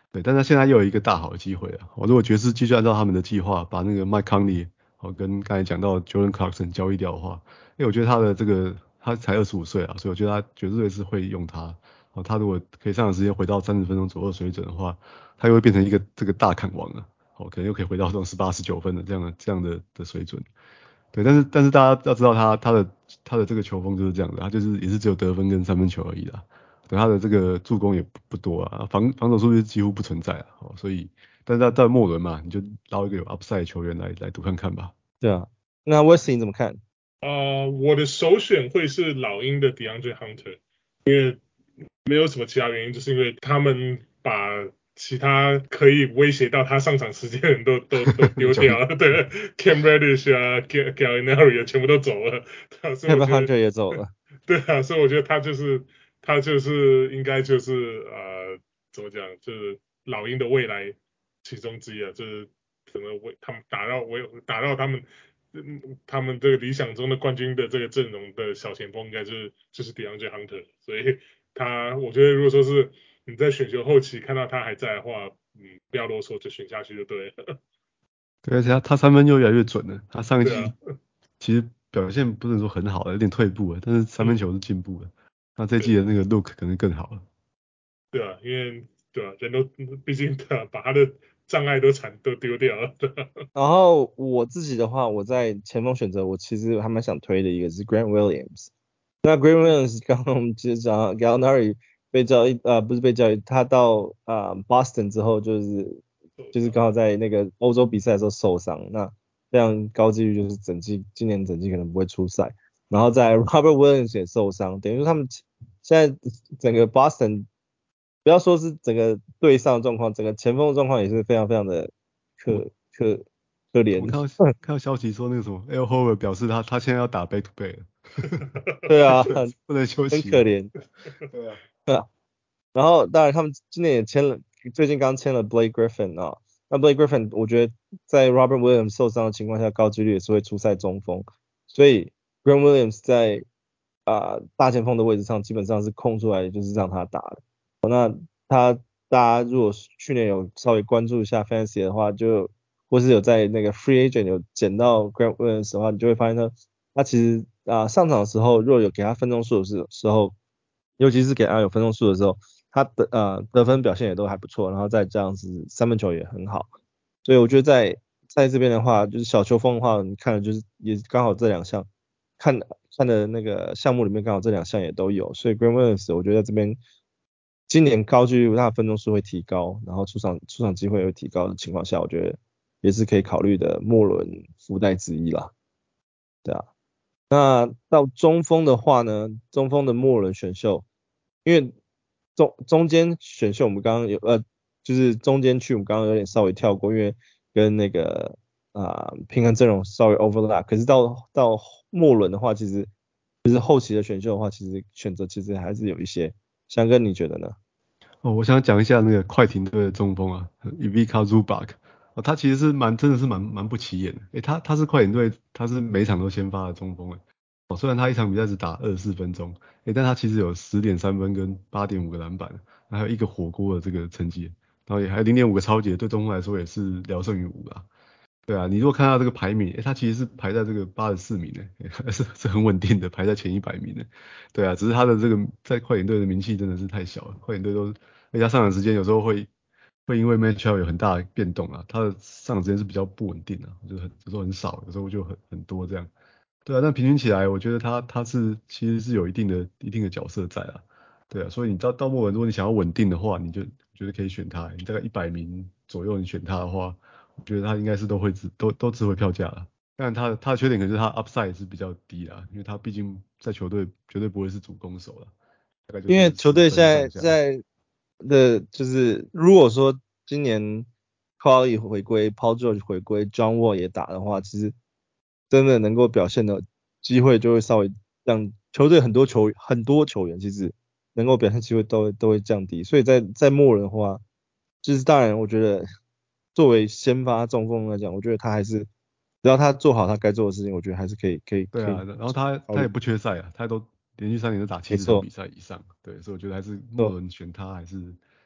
对，但是现在又有一个大好的机会了。我、如果爵士继续按照他们的计划，把那个 Mike Conley 哦跟刚才讲到 Jordan Clarkson 交易掉的话，因为我觉得他的这个他才二十五岁啊，所以我觉得他爵士队是会用他。哦，他如果可以上场时间回到三十分钟左右水准的话，他又会变成一个这个大砍王了。哦，可能又可以回到这种十八、十九分的这样的这样的的水准。对，但是但是大家要知道他他的他的这个球风就是这样的，他就是也是只有得分跟三分球而已啦。对，他的这个助攻也不不多啊，防防守数据几乎不存在啊。哦，所以但是到到末轮嘛，你就捞一个有 upside 的球员来来赌看看吧。 对啊，那 Wesley 你怎么看？ 呃，我的首选会是老鹰的 DeAndre Hunter，没有什么其他原因，就是因为他们把其他可以威胁到他上场时间的人都都都丢掉了，对，Cam Reddish 啊，Gallinari 啊，全部都走了，对啊，所以我 Kevin 觉得， Hunter 也走了， 对啊，所以我觉得他就是他就是应该就是呃怎么讲，就是老鹰的未来其中之一啊，就是可能为他们打到为打到他们。嗯，他们这个理想中的冠军的这个阵容的小前锋，应该就是就是 DeAndre Hunter，所以他我觉得如果说是你在选秀后期看到他还在的话，嗯，不要啰嗦，就选下去就对了。 对，而且他他三分又越来越准了，他上一对啊， 季其实表现不能说很好了，有点退步了，但是三分嗯， 球是进步了。那这一季对的那个 look 可能更好了。 对啊，因为对啊，人都毕竟对啊，把他的障碍都铲都丢掉了。对啊， 然后我自己的话，我在前锋选择，我其实还蛮想推的一个是 Grant Williams。那 Grant Williams 刚刚我们其实讲到 Gallinari 被交易，呃，不是被交易，他到啊、呃 Boston 之后，就是就是刚好在那个欧洲比赛的时候受伤，那非常高几率就是整季今年整季可能不会出赛。然后在 Robert Williams 也受伤，等于说他们现在整个 Boston 不要说是整个队上的状况，整个前锋的状况也是非常非常的我可可可怜。 我看到看到消息说那个什么 Al Horford 表示他他现在要打 back to back 了， 对啊， 不能很不能休息了。 很可怜。 对啊， 然后当然他们今年也签了，最近刚签了 Blake Griffin 啊。那 Blake Griffin 我觉得在 Robert Williams 受伤的情况下，高几率也是会出赛中锋，所以 Grant Williams 在啊、呃大前锋的位置上基本上是空出来就是让他打的。那他大家如果去年有稍微关注一下 Fantasy 的话，就或是有在那个 Free Agent 有捡到 Grant Williams 的话，你就会发现呢，他其实啊、呃上场的时候，如果有给他分钟数的时时候，尤其是给他有分钟数的时候，他的呃得分表现也都还不错，然后再这样子三分球也很好，所以我觉得在在这边的话，就是小球风的话，你看的就是也刚好这两项，看看的那个项目里面刚好这两项也都有，所以 Grant Williams 我觉得这边今年高几率他的分钟数会提高，然后出场出场机会也会提高的情况下，我觉得也是可以考虑的末轮附带之一啦，对啊。那到中锋的话呢，中锋的末轮选秀，因为中中间选秀我们刚刚有呃，就是中间区我们刚刚有点稍微跳过，因为跟那个啊、呃平衡阵容稍微 overlap，可是到到末轮的话，其实就是后期的选秀的话，其实选择其实还是有一些。香哥你觉得呢？ 哦，我想讲一下那个快艇队的中锋啊，Ivica Zubac，哦，他其实是蛮真的是蛮蛮不起眼的。诶，他他是快艇队，他是每场都先发的中锋诶。哦，虽然他一场比赛只打二十四分钟，诶，但他其实有十点三分跟八点五个篮板，还有一个火锅的这个成绩，然后也还有零点五个超级，对中锋来说也是聊胜于无啦。对啊，你如果看到这个排名，诶，他其实是排在这个八十四名的，是是很稳定的，排在前一百名的。对啊，只是他的这个在快艇队的名气真的是太小了，快艇队都，而且他上场时间有时候会会因为 matchup 有很大的变动啊，他的上场时间是比较不稳定的，就是很有时候很少，有时候就很很多这样。对啊，但平均起来，我觉得他他是其实是有一定的一定的角色在啊。对啊，所以你到到末尾，如果你想要稳定的话，你就觉得可以选他。你大概一百名左右，你选他的话，我觉得他应该是都会值都都值回票价了。当然他的他的缺点可能是他 upside 是比较低啦，因为他毕竟在球队绝对不会是主攻手了，大概就因为是十球队现在分上下。 在的，就是如果说今年 c a l l y 回归，Paul George 回归，John Wall 也打的话，其实真的能够表现的机会就会稍微让球队很多球很多球员其实能够表现机会都会都会降低，所以在在末人的话，就是当然我觉得作为先发中锋来讲，我觉得他还是只要他做好他该做的事情，我觉得还是可以可以对啊， 可以然后他考虑， 他也不缺赛啊，他都连续三年都打七没错。 十场比赛以上，对，所以我觉得还是末错轮选他还是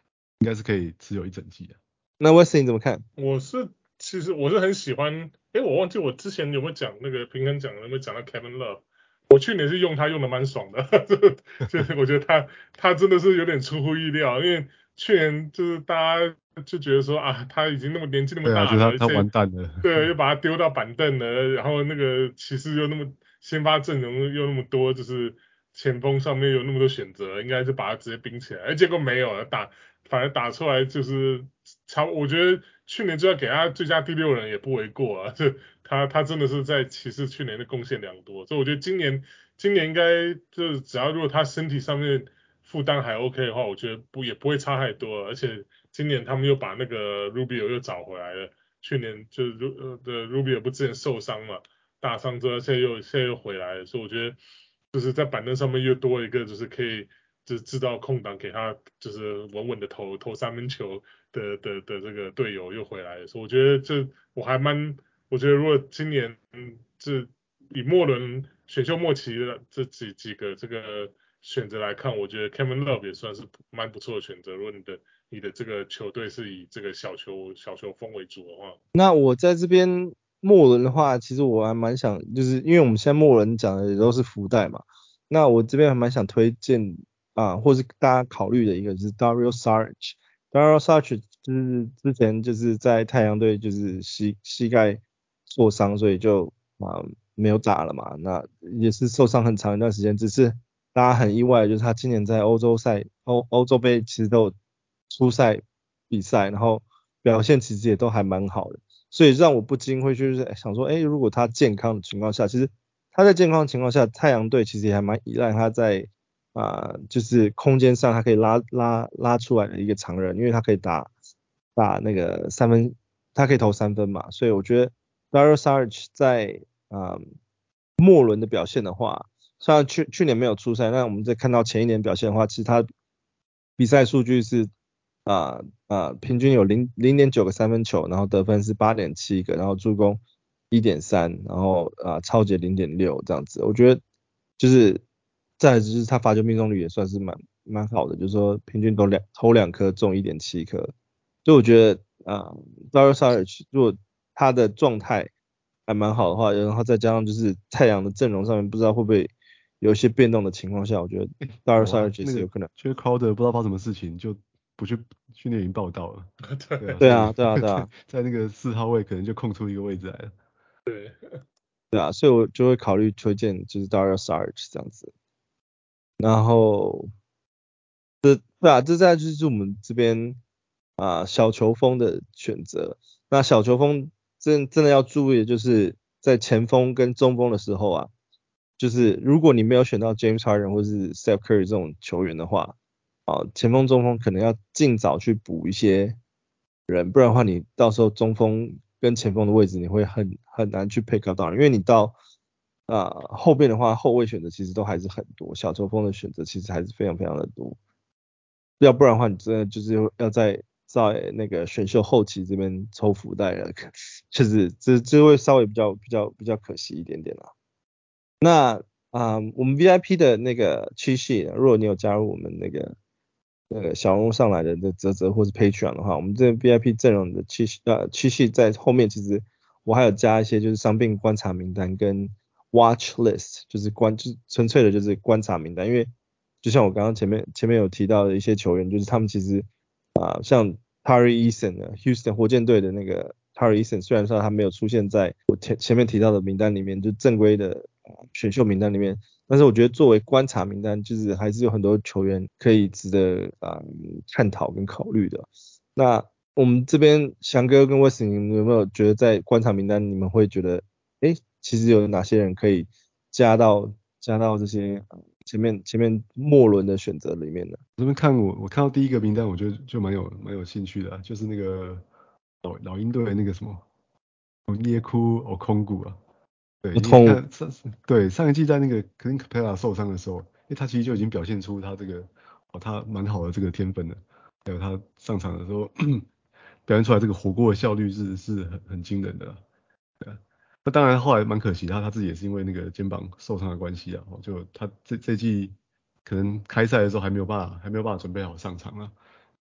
应该是可以持有一整季的。 那 Wesley 你怎么看？ 我是其实我是很喜欢，哎，我忘记我之前有没有讲那个平衡讲有没有讲到 Kevin Love，我去年是用他用的蛮爽的，就是我觉得他他真的是有点出乎意料，因为去年就是大家就觉得说啊他已经那么年纪那么对啊，就是大了， 他他而且完蛋了。 对又把他丢到板凳了，然后那个骑士又那么先发阵容又那么多，就是前锋上面有那么多选择，应该是把他直接冰起来，而结果没有打。反而打出来就是超，我觉得去年就要给他最佳第六人也不为过啊，这他他真的是在骑士去年的贡献良多，所以我觉得今年今年应该就是只要如果他身体上面负担还 OK 的话，我觉得不也不会差太多，而且今年他们又把那个 Rubio 又找回来了，去年就是呃的 Rubio 不之前受伤嘛，大伤之后现在又现在又回来了，所以我觉得就是在板凳上面又多一个就是可以。就是制造空档给他，就是稳稳的投投三分球的的的这个队友又回来了，所以我觉得这我还蛮，我觉得如果今年嗯这以末轮选秀末期的这几几个这个选择来看，我觉得 Kevin Love 也算是蛮不错的选择。如果你的你的这个球队是以这个小球小球风为主的话， 那我在这边末轮的话，其实我还蛮想，就是因为我们现在末轮讲的也都是福袋嘛，那我这边还蛮想推荐啊，或是大家考虑的一个就是 Dario Saric。Dario Saric 就是之前就是在太阳队就是膝膝盖受伤，所以就啊没有打了嘛，那也是受伤很长一段时间，只是大家很意外的就是他今年在欧洲赛欧欧洲杯其实都有出赛比赛，然后表现其实也都还蛮好的。所以让我不禁会就是想说，哎，如果他健康的情况下，其实他在健康的情况下，太阳队其实也还蛮依赖他在啊、呃就是空间上他可以拉拉拉出来的一个常人，因为他可以打打那个三分，他可以投三分嘛，所以我觉得 Dario Saric 在啊、呃末轮的表现的话，虽然去去年没有出赛，但我们在看到前一年表现的话，其实他比赛数据是啊啊、呃、平均有零零点九个三分球，然后得分是八点七个，然后助攻一点三，然后啊、呃、超节零点六这样子，我觉得就是再来就是他罚球命中率也算是蛮蛮好的，就是说平均都两投两颗中一点七颗，所以我觉得啊 Dario Saric 如果他的状态还蛮好的话，然后再加上就是太阳的阵容上面不知道会不会有一些变动的情况下，我觉得 Dario 有啊， Saric 也那个是有可能。 缺 Crowder 不知道发生什么事情，就不去训练营报道了。对啊， 对所以啊，对啊，对在啊， 在那个四号位可能就空出一个位置来了。 对， 对啊，所以我就会考虑推荐就是 Dario Saric 这样子。然后，对啊，这再就是我们这边啊、小球风的选择。那小球风真真的要注意的就是在前锋跟中锋的时候啊，就是如果你没有选到 James Harden 或是 Steph Curry 这种球员的话，啊，前锋中锋可能要尽早去补一些人，不然的话你到时候中锋跟前锋的位置你会很很难去 pick up 到，因为你到啊、后边的话后卫选择其实都还是很多，小球锋的选择其实还是非常非常的多。要不然的话，你真的就是要在在那个选秀后期这边抽福袋了，确实这这会稍微比较比较比较可惜一点点啦。那啊、我们 V I P 的那个区系，如果你有加入我们那个那个小红上来的的泽泽或是 Patreon 的话，我们这 V I P 阵容的区系呃区系在后面，其实我还有加一些就是伤病观察名单跟 Watch List，就是观就是纯粹的就是观察名单，因为就像我刚刚前面前面有提到的一些球员，就是他们其实啊、像 Tari Eason 的 Houston 火箭队的那个 Tari Eason，虽然说他没有出现在我前前面提到的名单里面，就正规的、呃选秀名单里面，但是我觉得作为观察名单，就是还是有很多球员可以值得啊、探讨跟考虑的。那我们这边翔哥跟威斯，你们有没有觉得在观察名单，你们会觉得，哎，其实有哪些人可以加到加到这些呃前面前面末轮的选择里面呢？ 这边看我我看到第一个名单，我觉得就蛮有蛮有兴趣的啊，就是那个老老鹰队那个什么耶库欧空谷啊。对，因为不同看上对上一季在那个 Clint Capela 受伤的时候，因为他其实就已经表现出他这个哦他蛮好的这个天分的，还有他上场的时候表现出来这个火锅的效率是是很很惊人的啦。对啊，那当然后来蛮可惜，他他自己也是因为那个肩膀受伤的关系啊，哦就他这这季可能开赛的时候还没有办法还没有办法准备好上场啊。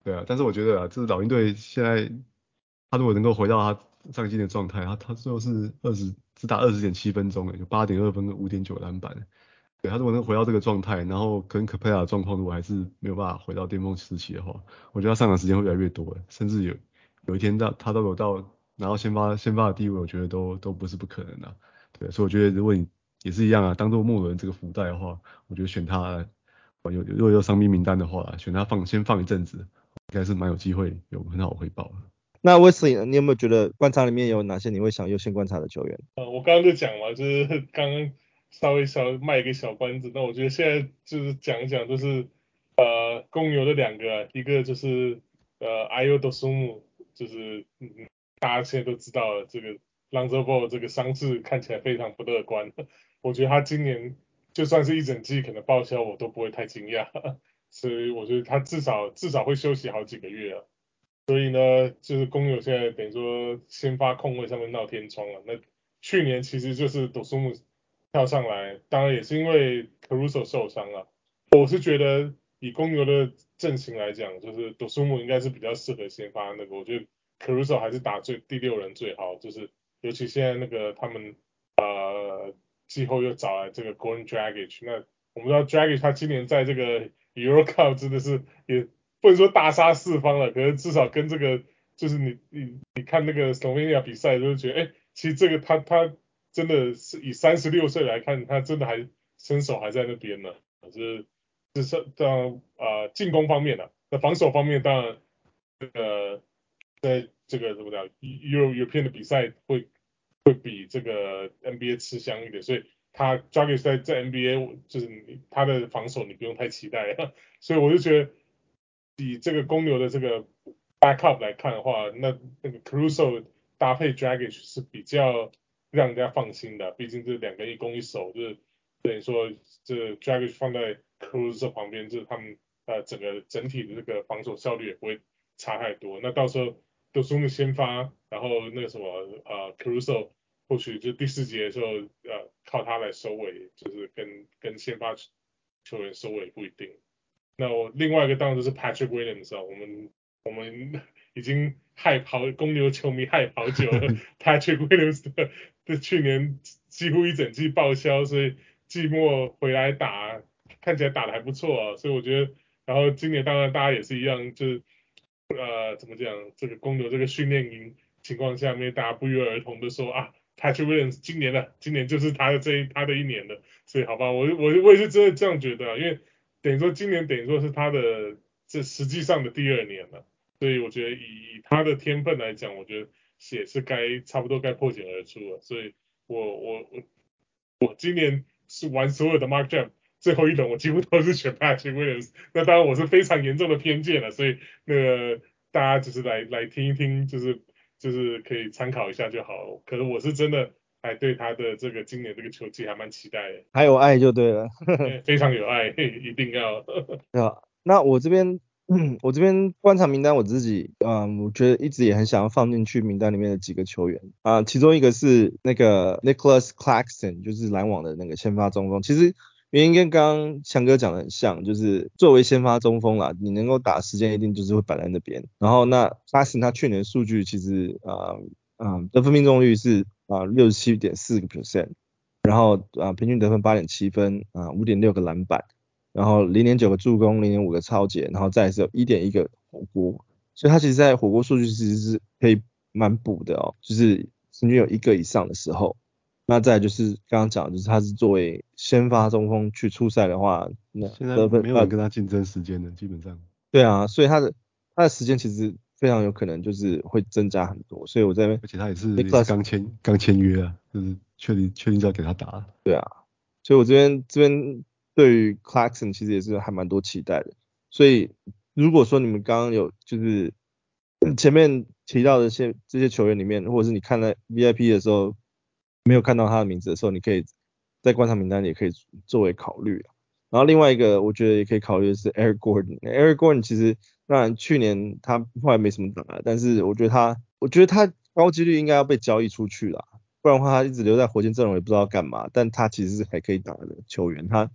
对啊，但是我觉得啊，这老鹰队现在他如果能够回到他上季的状态，他他最后是二十只打二十点七分钟，有八点二分跟五点九篮板。对，他如果能回到这个状态，然后跟科佩拉的状况如果还是没有办法回到巅峰时期的话，我觉得他上场时间会越来越多，甚至有有一天到他都有到拿到先发先发的地位，我觉得都都不是不可能的、啊。对，所以我觉得如果你也是一样啊，当做莫伦这个福袋的话，我觉得选他有有如果有伤病名单的话，选他放先放一阵子，应该是蛮有机会有很好的回报的。 那 Wesley 你有没有觉得观察里面有哪些你会想优先观察的球员？ 呃，我刚刚就讲嘛，就是刚刚稍微小卖一个小关子，那我觉得现在就是讲一讲，就是呃公牛的两个、啊，一个就是呃阿尤多苏姆，就是嗯大家现在都知道了，这个 Lonzo Ball 这个伤势看起来非常不乐观，我觉得他今年就算是一整季可能报销，我都不会太惊讶，所以我觉得他至少至少会休息好几个月啊。所以呢，就是公牛现在等于说先发控卫上面闹天窗了。那去年其实就是朵苏姆跳上来，当然也是因为 Caruso 受伤了。我是觉得以公牛的阵型来讲，就是朵苏姆应该是比较适合先发那个。我觉得 Caruso 还是打最第六人最好，就是尤其现在那个他们呃季后又找来这个 Goran Dragic，那我们知道 Dragic 他今年在这个 Euro Cup 真的是也不能说大杀四方了，可是至少跟这个就是你你你看那个 Slovenia 比赛，就觉得哎，其实这个他他真的是以三十六岁来看，他真的还身手还在那边呢，就是就是这样啊，进攻方面的、啊，那防守方面当然这个在这个怎么讲，Euro European 的比赛会会比这个 N B A 吃香一点，所以他 Dragic 在在 N B A 就是你他的防守你不用太期待，所以我就觉得。以这个公牛的这个 backup 来看的话，那那个 Caruso 搭配 Dragic 是比较让人家放心的，毕竟这两个一攻一守，就是等于说这 Dragic 放在 Caruso 旁边，就是他们呃整个整体的这个防守效率也不会差太多。那到时候都是先发，然后那个什么呃 Caruso 或许就第四节的时候呃靠他来收尾，就是跟跟先发球员收尾不一定。那我另外一个当然就是 Patrick Williams 啊，我们我们已经害好公牛球迷害好久了，Patrick Williams 的的去年几乎一整季报销，所以季末回来打看起来打得还不错啊，所以我觉得，然后今年当然大家也是一样，就是呃怎么讲，这个公牛这个训练营情况下面，大家不约而同的说啊，Patrick Williams 今年的今年就是他的这一他的一年了，所以好吧，我我我也是真的这样觉得啊，因为。等于说今年等于说是他的这实际上的第二年了，所以我觉得以他的天分来讲，我觉得也是该差不多该破茧而出了。所以我我我我今年是玩所有的 Mark Jam 最后一轮，我几乎都是选 Patrick Williams。那当然我是非常严重的偏见了，所以那个大家只是来来听一听，就是就是可以参考一下就好。可是我是真的还对他的这个今年这个球季还蛮期待的。 还有爱就对了。 非常有爱，一定要。 对吧？那我这边，我这边观察名单，我自己，嗯，我觉得一直也很想要放进去名单里面的几个球员啊，其中一个是那个 Nicholas Claxton，就是篮网的那个先发中锋。其实原因跟刚刚强哥讲的很像，就是作为先发中锋啦，你能够打时间一定就是会摆在那边。然后那 Claxton 他去年数据其实啊，嗯，得分命中率是啊六十七点四个 percent。然后啊，平均得分八点七分啊，五点六个篮板，然后零点九个助攻，零点五个抄截，然后再是有一点一个火锅，所以他其实在火锅数据其实是可以蛮补的哦，就是平均有一个以上的时候。那再来就是刚刚讲的，就是他是作为先发中锋去出赛的话，那现在得分呃没有人跟他竞争时间的，基本上。 对啊，所以他的他的时间其实非常有可能就是会增加很多，所以我在那边而且他也是也是 Nicholas 刚签刚签约啊，就是确定确定是要给他打了。 对啊，所以我这边这边对于 Clarkson 其实也是还蛮多期待的。所以如果说你们刚刚有就是前面提到的些这些球员里面，或者是你看了 V I P 的时候没有看到他的名字的时候，你可以在观察名单里也可以作为考虑啊。然后另外一个我觉得也可以考虑的是 Eric Gordon。Eric Gordon 其实当然去年他后来没什么打，但是我觉得他我觉得他高几率应该要被交易出去啦。不然的话他一直留在火箭阵容也不知道干嘛，但他其实是还可以打的球员，他他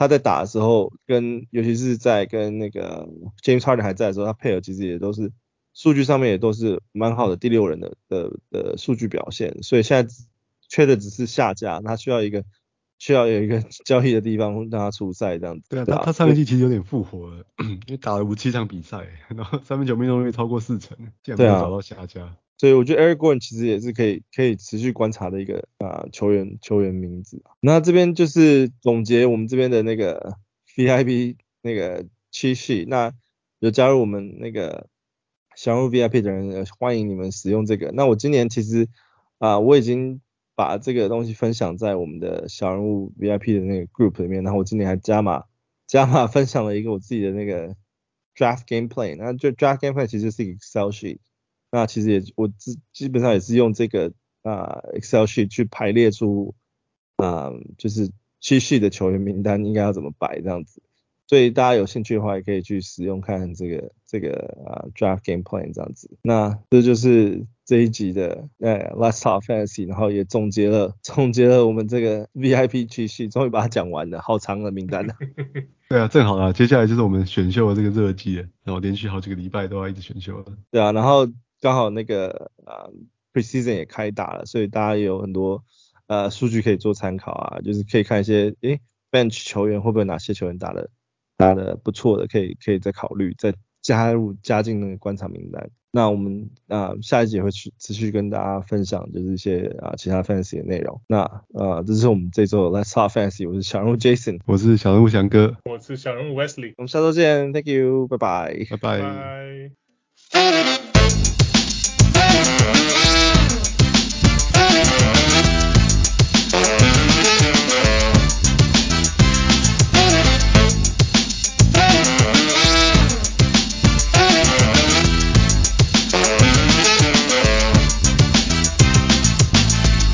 他在打的时候跟尤其是在跟那个 James Harden 还在的时候，他配合其实也都是数据上面也都是蛮好的第六人的的的数据表现，所以现在缺的只是下家，他需要一个需要有一个交易的地方让他出赛这样子。 对啊，他他上一季其实有点复活了，因为打了五七场比赛，然后三分球命中率超过四成，竟然没有找到下家。 所以我觉得 Eric Gordon 其实也是可以可以持续观察的一个啊、呃、球员球员名字。那这边就是总结我们这边的那个 V I P 那个cheat sheet，那有加入我们那个想入 V I P 的人，呃欢迎你们使用这个。那我今年其实啊、呃、我已经把这个东西分享在我们的小人物 V I P 的那个 group 里面，然后我今年还加码加码分享了一个我自己的那个 draft game plan， 那就 draft game plan 其实是一个 Excel sheet。那其实也我基基本上也是用这个啊、呃、Excel sheet 去排列出啊、呃、就是七系的球员名单应该要怎么摆这样子，所以大家有兴趣的话也可以去使用看看这个这个啊、呃、draft game plan 这样子。那这就是这一集的呃 Let's Talk Fantasy， 然后也总结了总结了我们这个 V I P 七系，终于把它讲完了，好长的名单啊。 对啊，正好啦，接下来就是我们选秀的这个热季了，然后连续好几个礼拜都要一直选秀了。 对啊，然后刚好那个啊、呃、preseason 也开打了，所以大家也有很多呃数据可以做参考啊，就是可以看一些诶 bench 球员会不会哪些球员打的打的不错的，可以可以再考虑再加入加进那个观察名单。那我们啊、呃、下一集也会去持续跟大家分享就是一些啊、呃、其他 fantasy 的内容。那呃这是我们这周的 Let's Talk Fantasy， 我是小人物 Jason， 我是小人物翔哥， 我是小人物 Wesley， 我们下周见 ，Thank you， 拜拜， 拜拜。 拜。